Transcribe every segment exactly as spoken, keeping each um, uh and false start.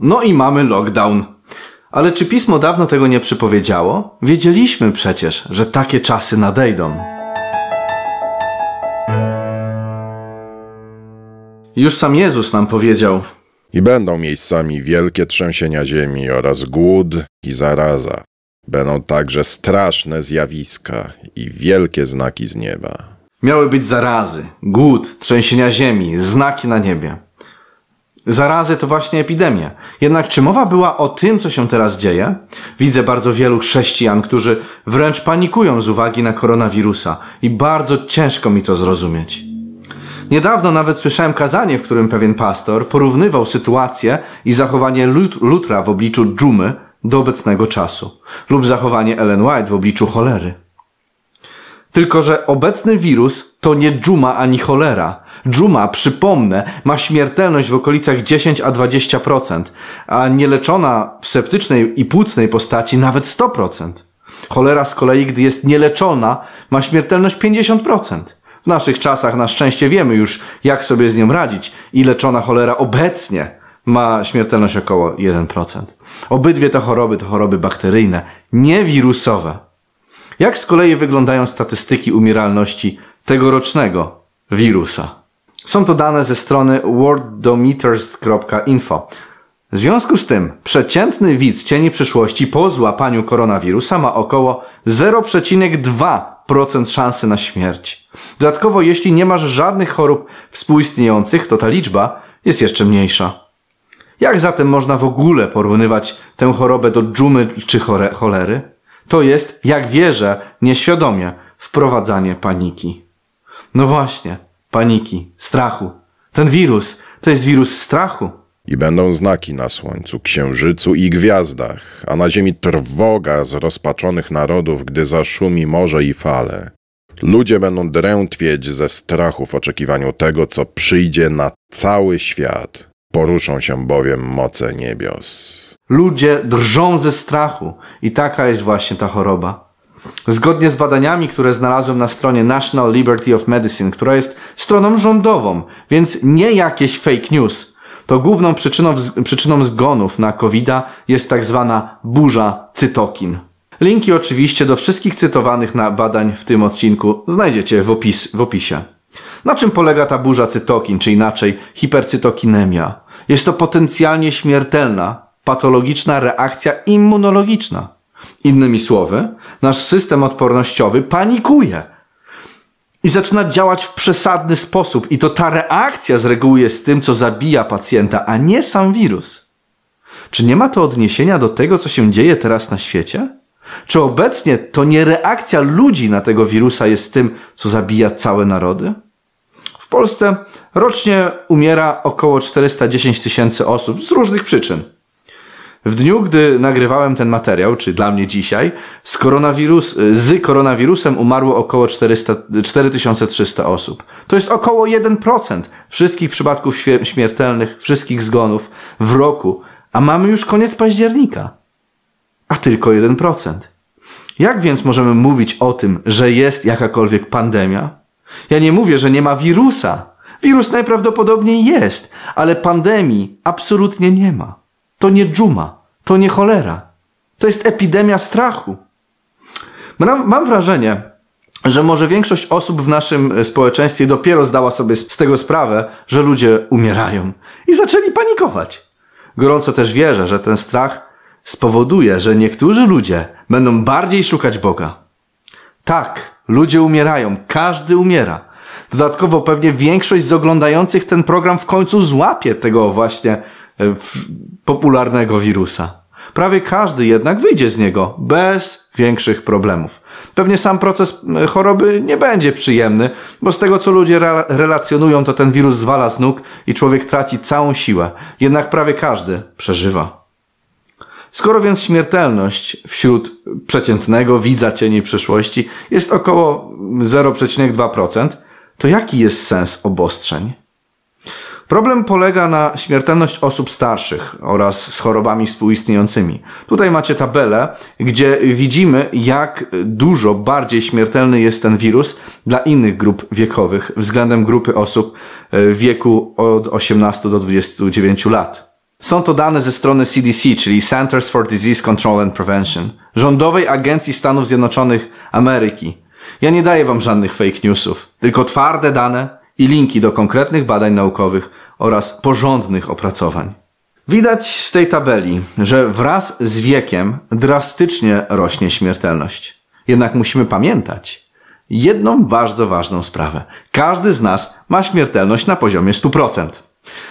No i mamy lockdown. Ale czy Pismo dawno tego nie przypowiedziało? Wiedzieliśmy przecież, że takie czasy nadejdą. Już sam Jezus nam powiedział: i będą miejscami wielkie trzęsienia ziemi oraz głód i zaraza. Będą także straszne zjawiska i wielkie znaki z nieba. Miały być zarazy, głód, trzęsienia ziemi, znaki na niebie. Zarazy to właśnie epidemie. Jednak czy mowa była o tym, co się teraz dzieje? Widzę bardzo wielu chrześcijan, którzy wręcz panikują z uwagi na koronawirusa i bardzo ciężko mi to zrozumieć. Niedawno nawet słyszałem kazanie, w którym pewien pastor porównywał sytuację i zachowanie Lutra w obliczu dżumy do obecnego czasu lub zachowanie Ellen White w obliczu cholery. Tylko że obecny wirus to nie dżuma ani cholera. Dżuma, przypomnę, ma śmiertelność w okolicach dziesięć a dwadzieścia procent, a nieleczona w septycznej i płucnej postaci nawet sto procent. Cholera z kolei, gdy jest nieleczona, ma śmiertelność pięćdziesiąt procent. W naszych czasach na szczęście wiemy już, jak sobie z nią radzić i leczona cholera obecnie ma śmiertelność około jeden procent. Obydwie te choroby to choroby bakteryjne, nie wirusowe. Jak z kolei wyglądają statystyki umieralności tegorocznego wirusa? Są to dane ze strony worldometers kropka info. W związku z tym przeciętny widz cieni przyszłości po złapaniu koronawirusa ma około zero przecinek dwa procent szansy na śmierć. Dodatkowo, jeśli nie masz żadnych chorób współistniejących, to ta liczba jest jeszcze mniejsza. Jak zatem można w ogóle porównywać tę chorobę do dżumy czy cholery? To jest, jak wierzę, nieświadomie wprowadzanie paniki. No właśnie, paniki, strachu. Ten wirus to jest wirus strachu. I będą znaki na słońcu, księżycu i gwiazdach, a na ziemi trwoga zrozpaczonych narodów, gdy zaszumi morze i fale. Ludzie będą drętwieć ze strachu w oczekiwaniu tego, co przyjdzie na cały świat. Poruszą się bowiem moce niebios. Ludzie drżą ze strachu i taka jest właśnie ta choroba. Zgodnie z badaniami, które znalazłem na stronie National Liberty of Medicine, która jest stroną rządową, więc nie jakieś fake news, to główną przyczyną, przyczyną zgonów na kowida jest tak zwana burza cytokin. Linki oczywiście do wszystkich cytowanych na badań w tym odcinku znajdziecie w, opis, w opisie. Na czym polega ta burza cytokin, czy inaczej hipercytokinemia? Jest to potencjalnie śmiertelna, patologiczna reakcja immunologiczna. Innymi słowy, nasz system odpornościowy panikuje i zaczyna działać w przesadny sposób i to ta reakcja z reguły jest tym, co zabija pacjenta, a nie sam wirus. Czy nie ma to odniesienia do tego, co się dzieje teraz na świecie? Czy obecnie to nie reakcja ludzi na tego wirusa jest tym, co zabija całe narody? W Polsce rocznie umiera około czterysta dziesięć tysięcy osób z różnych przyczyn. W dniu, gdy nagrywałem ten materiał, czy dla mnie dzisiaj, z, koronawirus, z koronawirusem umarło około cztery tysiące trzysta osób. To jest około jeden procent wszystkich przypadków śmiertelnych, wszystkich zgonów w roku, a mamy już koniec października. A tylko jeden procent. Jak więc możemy mówić o tym, że jest jakakolwiek pandemia? Ja nie mówię, że nie ma wirusa. Wirus najprawdopodobniej jest, ale pandemii absolutnie nie ma. To nie dżuma, to nie cholera. To jest epidemia strachu. Mam, mam wrażenie, że może większość osób w naszym społeczeństwie dopiero zdała sobie z tego sprawę, że ludzie umierają i zaczęli panikować. Gorąco też wierzę, że ten strach spowoduje, że niektórzy ludzie będą bardziej szukać Boga. Tak, ludzie umierają, każdy umiera. Dodatkowo pewnie większość z oglądających ten program w końcu złapie tego właśnie popularnego wirusa. Prawie każdy jednak wyjdzie z niego bez większych problemów. Pewnie sam proces choroby nie będzie przyjemny, bo z tego co ludzie re- relacjonują, to ten wirus zwala z nóg i człowiek traci całą siłę. Jednak prawie każdy przeżywa. Skoro więc śmiertelność wśród przeciętnego widza cieni przyszłości jest około zero przecinek dwa procent, to jaki jest sens obostrzeń? Problem polega na śmiertelność osób starszych oraz z chorobami współistniejącymi. Tutaj macie tabelę, gdzie widzimy, jak dużo bardziej śmiertelny jest ten wirus dla innych grup wiekowych względem grupy osób w wieku od osiemnastu do dwudziestu dziewięciu lat. Są to dane ze strony C D C, czyli Centers for Disease Control and Prevention, rządowej agencji Stanów Zjednoczonych Ameryki. Ja nie daję wam żadnych fake newsów, tylko twarde dane i linki do konkretnych badań naukowych oraz porządnych opracowań. Widać z tej tabeli, że wraz z wiekiem drastycznie rośnie śmiertelność. Jednak musimy pamiętać jedną bardzo ważną sprawę. Każdy z nas ma śmiertelność na poziomie sto procent.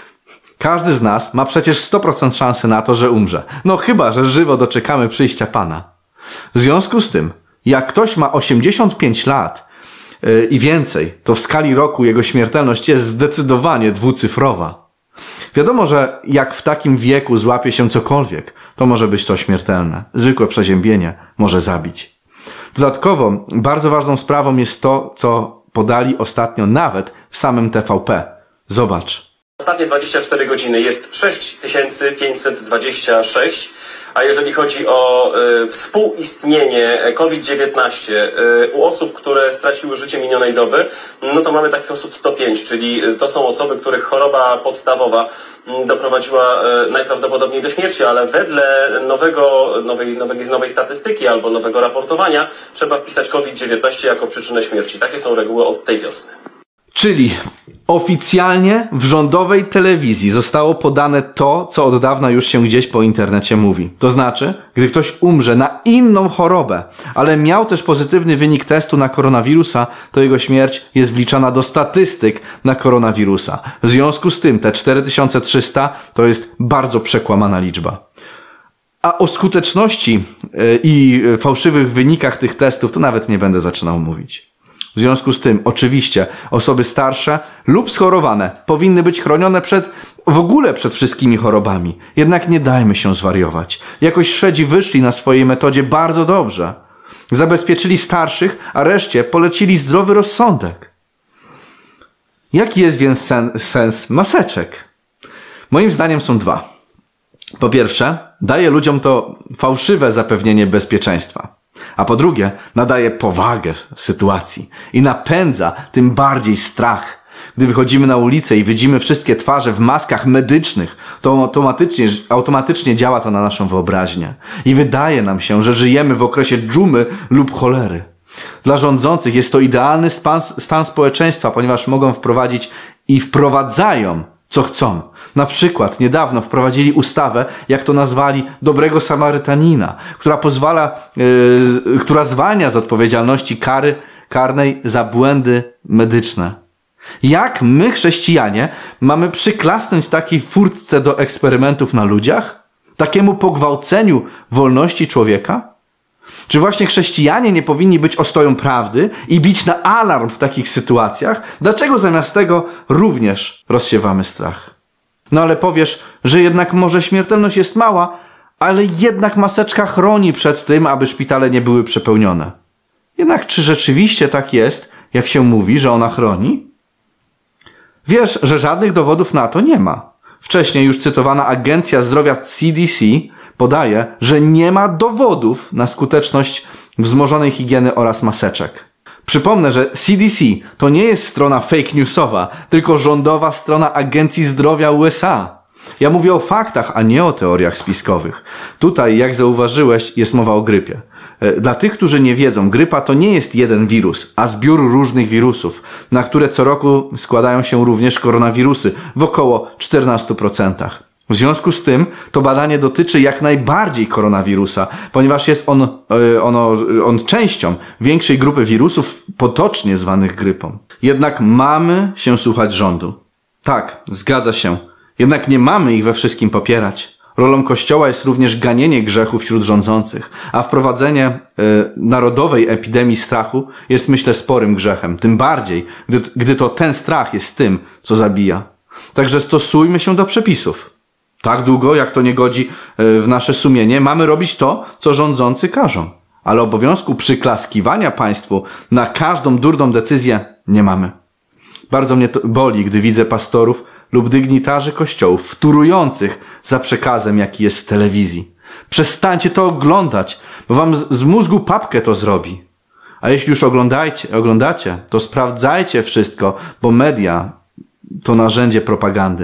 Każdy z nas ma przecież sto procent szansy na to, że umrze. No chyba, że żywo doczekamy przyjścia Pana. W związku z tym, jak ktoś ma osiemdziesiąt pięć lat yy, i więcej, to w skali roku jego śmiertelność jest zdecydowanie dwucyfrowa. Wiadomo, że jak w takim wieku złapie się cokolwiek, to może być to śmiertelne. Zwykłe przeziębienie może zabić. Dodatkowo bardzo ważną sprawą jest to, co podali ostatnio nawet w samym T V P. Zobacz. Ostatnie dwadzieścia cztery godziny jest sześć tysięcy pięćset dwadzieścia sześć, a jeżeli chodzi o y, współistnienie COVID dziewiętnaście y, u osób, które straciły życie minionej doby, no to mamy takich osób sto pięć, czyli to są osoby, których choroba podstawowa y, doprowadziła y, najprawdopodobniej do śmierci, ale wedle nowego, nowej, nowej, nowej statystyki albo nowego raportowania trzeba wpisać COVID dziewiętnaście jako przyczynę śmierci. Takie są reguły od tej wiosny. Czyli oficjalnie w rządowej telewizji zostało podane to, co od dawna już się gdzieś po internecie mówi. To znaczy, gdy ktoś umrze na inną chorobę, ale miał też pozytywny wynik testu na koronawirusa, to jego śmierć jest wliczana do statystyk na koronawirusa. W związku z tym te cztery tysiące trzysta to jest bardzo przekłamana liczba. A o skuteczności i fałszywych wynikach tych testów to nawet nie będę zaczynał mówić. W związku z tym, oczywiście, osoby starsze lub schorowane powinny być chronione przed, w ogóle przed wszystkimi chorobami. Jednak nie dajmy się zwariować. Jakoś Szwedzi wyszli na swojej metodzie bardzo dobrze. Zabezpieczyli starszych, a reszcie polecili zdrowy rozsądek. Jaki jest więc sen, sens maseczek? Moim zdaniem są dwa. Po pierwsze, daje ludziom to fałszywe zapewnienie bezpieczeństwa. A po drugie, nadaje powagę sytuacji i napędza tym bardziej strach. Gdy wychodzimy na ulicę i widzimy wszystkie twarze w maskach medycznych, to automatycznie, automatycznie działa to na naszą wyobraźnię. I wydaje nam się, że żyjemy w okresie dżumy lub cholery. Dla rządzących jest to idealny stan, stan społeczeństwa, ponieważ mogą wprowadzić i wprowadzają co chcą. Na przykład niedawno wprowadzili ustawę, jak to nazwali, dobrego Samarytanina, która pozwala, yy, która zwalnia z odpowiedzialności kary karnej za błędy medyczne. Jak my, chrześcijanie, mamy przyklasnąć takiej furtce do eksperymentów na ludziach? Takiemu pogwałceniu wolności człowieka? Czy właśnie chrześcijanie nie powinni być ostoją prawdy i bić na alarm w takich sytuacjach? Dlaczego zamiast tego również rozsiewamy strach? No ale powiesz, że jednak może śmiertelność jest mała, ale jednak maseczka chroni przed tym, aby szpitale nie były przepełnione. Jednak czy rzeczywiście tak jest, jak się mówi, że ona chroni? Wiesz, że żadnych dowodów na to nie ma. Wcześniej już cytowana Agencja Zdrowia C D C podaje, że nie ma dowodów na skuteczność wzmożonej higieny oraz maseczek. Przypomnę, że C D C to nie jest strona fake newsowa, tylko rządowa strona Agencji Zdrowia U S A. Ja mówię o faktach, a nie o teoriach spiskowych. Tutaj, jak zauważyłeś, jest mowa o grypie. Dla tych, którzy nie wiedzą, grypa to nie jest jeden wirus, a zbiór różnych wirusów, na które co roku składają się również koronawirusy w około czternastu procentach. W związku z tym to badanie dotyczy jak najbardziej koronawirusa, ponieważ jest on, ono, on częścią większej grupy wirusów potocznie zwanych grypą. Jednak mamy się słuchać rządu. Tak, zgadza się. Jednak nie mamy ich we wszystkim popierać. Rolą Kościoła jest również ganienie grzechu wśród rządzących, a wprowadzenie y, narodowej epidemii strachu jest, myślę, sporym grzechem. Tym bardziej, gdy, gdy to ten strach jest tym, co zabija. Także stosujmy się do przepisów. Tak długo, jak to nie godzi w nasze sumienie, mamy robić to, co rządzący każą. Ale obowiązku przyklaskiwania państwu na każdą durną decyzję nie mamy. Bardzo mnie to boli, gdy widzę pastorów lub dygnitarzy kościołów wtórujących za przekazem, jaki jest w telewizji. Przestańcie to oglądać, bo wam z mózgu papkę to zrobi. A jeśli już oglądajcie, oglądacie, to sprawdzajcie wszystko, bo media to narzędzie propagandy.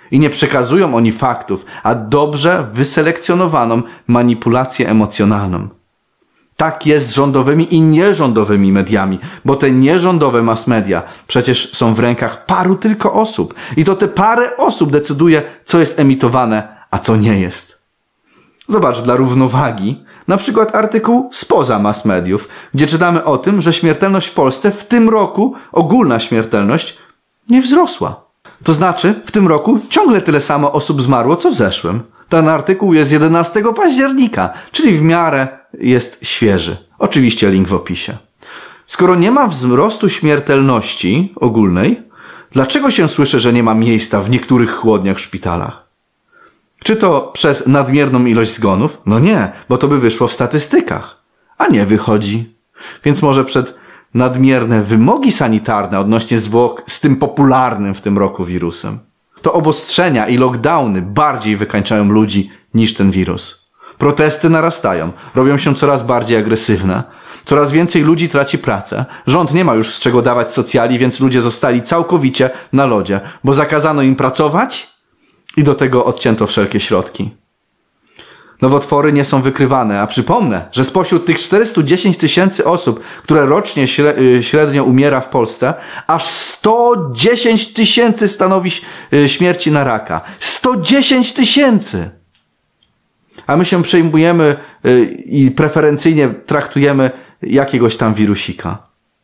I nie przekazują oni faktów, a dobrze wyselekcjonowaną manipulację emocjonalną. Tak jest z rządowymi i nierządowymi mediami, bo te nierządowe mass media przecież są w rękach paru tylko osób. I to te parę osób decyduje, co jest emitowane, a co nie jest. Zobacz dla równowagi na przykład artykuł spoza mass mediów, gdzie czytamy o tym, że śmiertelność w Polsce w tym roku, ogólna śmiertelność, nie wzrosła. To znaczy, w tym roku ciągle tyle samo osób zmarło, co w zeszłym. Ten artykuł jest jedenastego października, czyli w miarę jest świeży. Oczywiście link w opisie. Skoro nie ma wzrostu śmiertelności ogólnej, dlaczego się słyszy, że nie ma miejsca w niektórych chłodniach w szpitalach? Czy to przez nadmierną ilość zgonów? No nie, bo to by wyszło w statystykach. A nie wychodzi. Więc może przed nadmierne wymogi sanitarne odnośnie zwłok z tym popularnym w tym roku wirusem. To obostrzenia i lockdowny bardziej wykańczają ludzi niż ten wirus. Protesty narastają, robią się coraz bardziej agresywne. Coraz więcej ludzi traci pracę. Rząd nie ma już z czego dawać socjali, więc ludzie zostali całkowicie na lodzie, bo zakazano im pracować i do tego odcięto wszelkie środki. Nowotwory nie są wykrywane, a przypomnę, że spośród tych czterystu dziesięciu tysięcy osób, które rocznie średnio umiera w Polsce, aż sto dziesięć tysięcy stanowi śmierci na raka. sto dziesięć tysięcy! A my się przejmujemy i preferencyjnie traktujemy jakiegoś tam wirusika.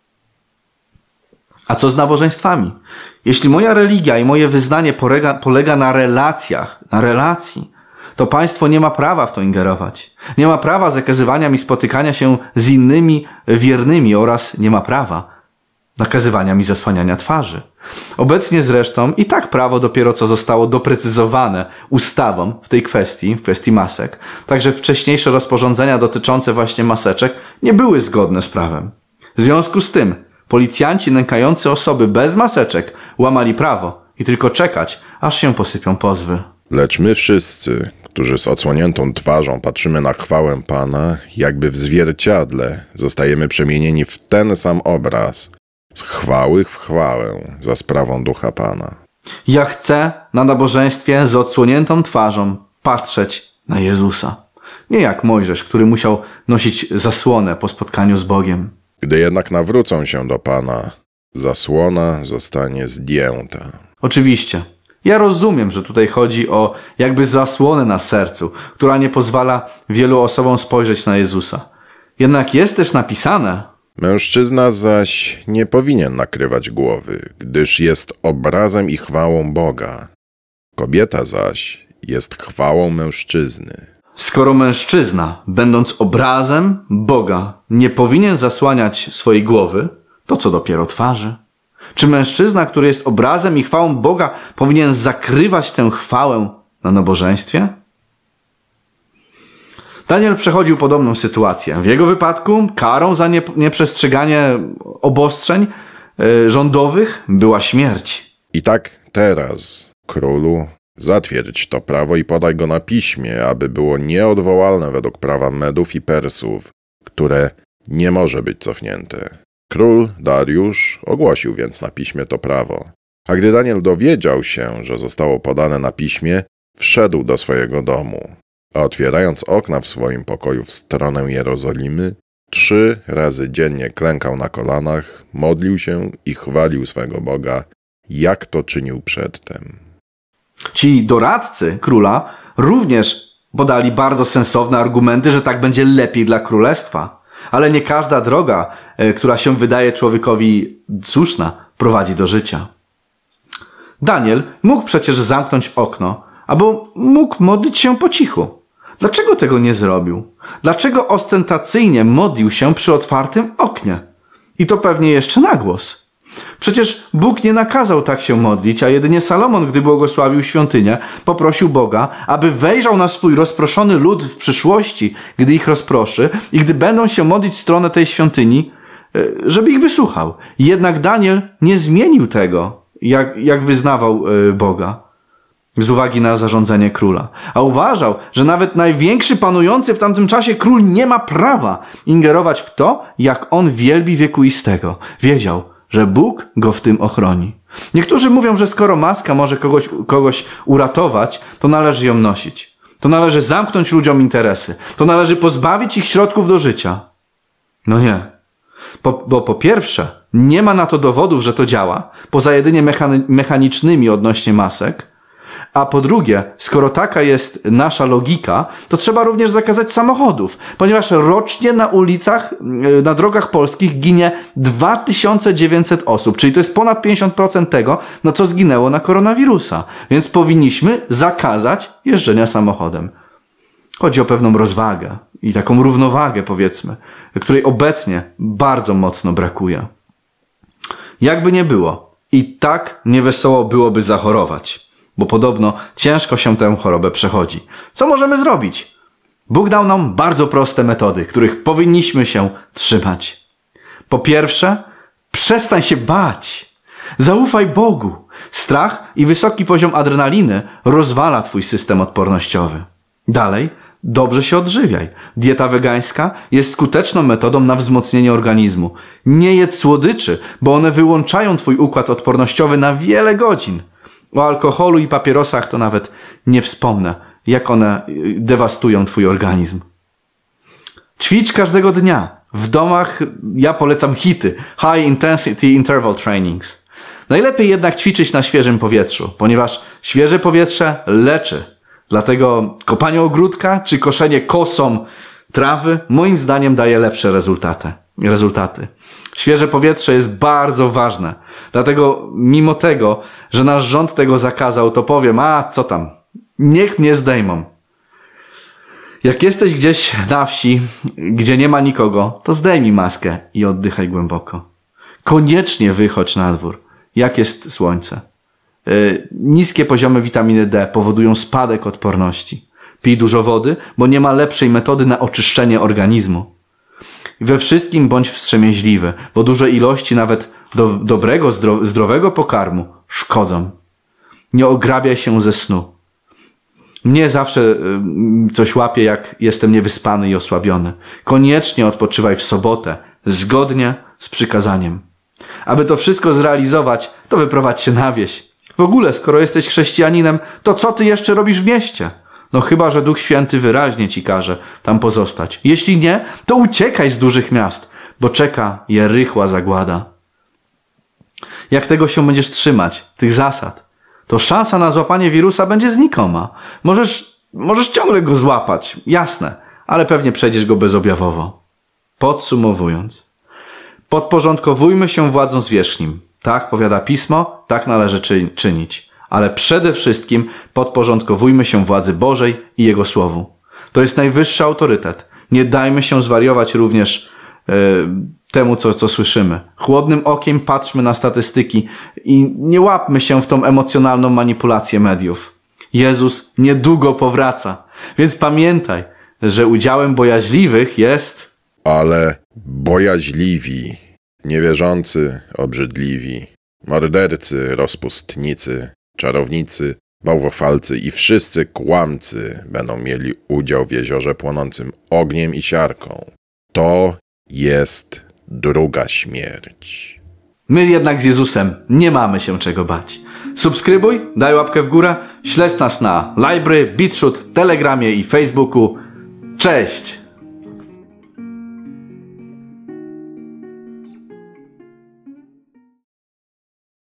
A co z nabożeństwami? Jeśli moja religia i moje wyznanie polega, polega na relacjach, na relacji, to państwo nie ma prawa w to ingerować. Nie ma prawa zakazywania mi spotykania się z innymi wiernymi oraz nie ma prawa nakazywania mi zasłaniania twarzy. Obecnie zresztą i tak prawo dopiero co zostało doprecyzowane ustawą w tej kwestii, w kwestii masek. Także wcześniejsze rozporządzenia dotyczące właśnie maseczek nie były zgodne z prawem. W związku z tym policjanci nękający osoby bez maseczek łamali prawo i tylko czekać, aż się posypią pozwy. Lecz my wszyscy, którzy z odsłoniętą twarzą patrzymy na chwałę Pana, jakby w zwierciadle, zostajemy przemienieni w ten sam obraz, z chwały w chwałę, za sprawą Ducha Pana. Ja chcę na nabożeństwie z odsłoniętą twarzą patrzeć na Jezusa. Nie jak Mojżesz, który musiał nosić zasłonę po spotkaniu z Bogiem. Gdy jednak nawrócą się do Pana, zasłona zostanie zdjęta. Oczywiście. Ja rozumiem, że tutaj chodzi o jakby zasłonę na sercu, która nie pozwala wielu osobom spojrzeć na Jezusa. Jednak jest też napisane: Mężczyzna zaś nie powinien nakrywać głowy, gdyż jest obrazem i chwałą Boga. Kobieta zaś jest chwałą mężczyzny. Skoro mężczyzna, będąc obrazem Boga, nie powinien zasłaniać swojej głowy, to co dopiero twarzy? Czy mężczyzna, który jest obrazem i chwałą Boga, powinien zakrywać tę chwałę na nabożeństwie? Daniel przechodził podobną sytuację. W jego wypadku karą za nieprzestrzeganie obostrzeń yy, rządowych była śmierć. I tak teraz, królu, zatwierdź to prawo i podaj go na piśmie, aby było nieodwołalne według prawa Medów i Persów, które nie może być cofnięte. Król Dariusz ogłosił więc na piśmie to prawo. A gdy Daniel dowiedział się, że zostało podane na piśmie, wszedł do swojego domu. A otwierając okna w swoim pokoju w stronę Jerozolimy, trzy razy dziennie klękał na kolanach, modlił się i chwalił swego Boga, jak to czynił przedtem. Ci doradcy króla również podali bardzo sensowne argumenty, że tak będzie lepiej dla królestwa. Ale nie każda droga, która się wydaje człowiekowi słuszna, prowadzi do życia. Daniel mógł przecież zamknąć okno, albo mógł modlić się po cichu. Dlaczego tego nie zrobił? Dlaczego ostentacyjnie modlił się przy otwartym oknie? I to pewnie jeszcze na głos. Przecież Bóg nie nakazał tak się modlić, a jedynie Salomon, gdy błogosławił świątynię, poprosił Boga, aby wejrzał na swój rozproszony lud w przyszłości, gdy ich rozproszy i gdy będą się modlić w stronę tej świątyni, żeby ich wysłuchał. Jednak Daniel nie zmienił tego, jak, jak wyznawał Boga, z uwagi na zarządzenie króla. A uważał, że nawet największy panujący w tamtym czasie król nie ma prawa ingerować w to, jak on wielbi wiekuistego. Wiedział, że Bóg go w tym ochroni. Niektórzy mówią, że skoro maska może kogoś, kogoś uratować, to należy ją nosić. To należy zamknąć ludziom interesy. To należy pozbawić ich środków do życia. No nie. Po, bo po pierwsze, nie ma na to dowodów, że to działa, poza jedynie mechani- mechanicznymi odnośnie masek. A po drugie, skoro taka jest nasza logika, to trzeba również zakazać samochodów, ponieważ rocznie na ulicach, na drogach polskich ginie dwa tysiące dziewięćset osób, czyli to jest ponad pięćdziesiąt procent tego, na co zginęło na koronawirusa. Więc powinniśmy zakazać jeżdżenia samochodem. Chodzi o pewną rozwagę i taką równowagę, powiedzmy, której obecnie bardzo mocno brakuje. Jakby nie było, i tak niewesoło byłoby zachorować. Bo podobno ciężko się tę chorobę przechodzi. Co możemy zrobić? Bóg dał nam bardzo proste metody, których powinniśmy się trzymać. Po pierwsze, przestań się bać. Zaufaj Bogu. Strach i wysoki poziom adrenaliny rozwala twój system odpornościowy. Dalej, dobrze się odżywiaj. Dieta wegańska jest skuteczną metodą na wzmocnienie organizmu. Nie jedz słodyczy, bo one wyłączają twój układ odpornościowy na wiele godzin. O alkoholu i papierosach to nawet nie wspomnę, jak one dewastują twój organizm. Ćwicz każdego dnia. W domach ja polecam hity, High Intensity Interval Trainings. Najlepiej jednak ćwiczyć na świeżym powietrzu, ponieważ świeże powietrze leczy. Dlatego kopanie ogródka czy koszenie kosą trawy moim zdaniem daje lepsze rezultaty. rezultaty. Świeże powietrze jest bardzo ważne. Dlatego mimo tego, że nasz rząd tego zakazał, to powiem, a co tam, niech mnie zdejmą. Jak jesteś gdzieś na wsi, gdzie nie ma nikogo, to zdejmij maskę i oddychaj głęboko. Koniecznie wychodź na dwór, jak jest słońce. Yy, niskie poziomy witaminy D powodują spadek odporności. Pij dużo wody, bo nie ma lepszej metody na oczyszczenie organizmu. We wszystkim bądź wstrzemięźliwy, bo duże ilości nawet do, dobrego, zdro, zdrowego pokarmu szkodzą. Nie ograbiaj się ze snu. Mnie zawsze y, coś łapie, jak jestem niewyspany i osłabiony. Koniecznie odpoczywaj w sobotę, zgodnie z przykazaniem. Aby to wszystko zrealizować, to wyprowadź się na wieś. W ogóle, skoro jesteś chrześcijaninem, to co ty jeszcze robisz w mieście? No chyba, że Duch Święty wyraźnie ci każe tam pozostać. Jeśli nie, to uciekaj z dużych miast, bo czeka je rychła zagłada. Jak tego się będziesz trzymać, tych zasad, to szansa na złapanie wirusa będzie znikoma. Możesz, możesz ciągle go złapać, jasne, ale pewnie przejdziesz go bezobjawowo. Podsumowując, podporządkowujmy się władzom zwierzchnim. Tak powiada Pismo, tak należy czy, czynić. Ale przede wszystkim podporządkowujmy się władzy Bożej i Jego Słowu. To jest najwyższy autorytet. Nie dajmy się zwariować również yy, temu, co, co słyszymy. Chłodnym okiem patrzmy na statystyki i nie łapmy się w tą emocjonalną manipulację mediów. Jezus niedługo powraca, więc pamiętaj, że udziałem bojaźliwych jest... Ale bojaźliwi, niewierzący, obrzydliwi, mordercy, rozpustnicy, czarownicy, bałwochwalcy i wszyscy kłamcy będą mieli udział w jeziorze płonącym ogniem i siarką. To jest druga śmierć. My jednak z Jezusem nie mamy się czego bać. Subskrybuj, daj łapkę w górę, śledź nas na Library, BitChute, Telegramie i Facebooku. Cześć!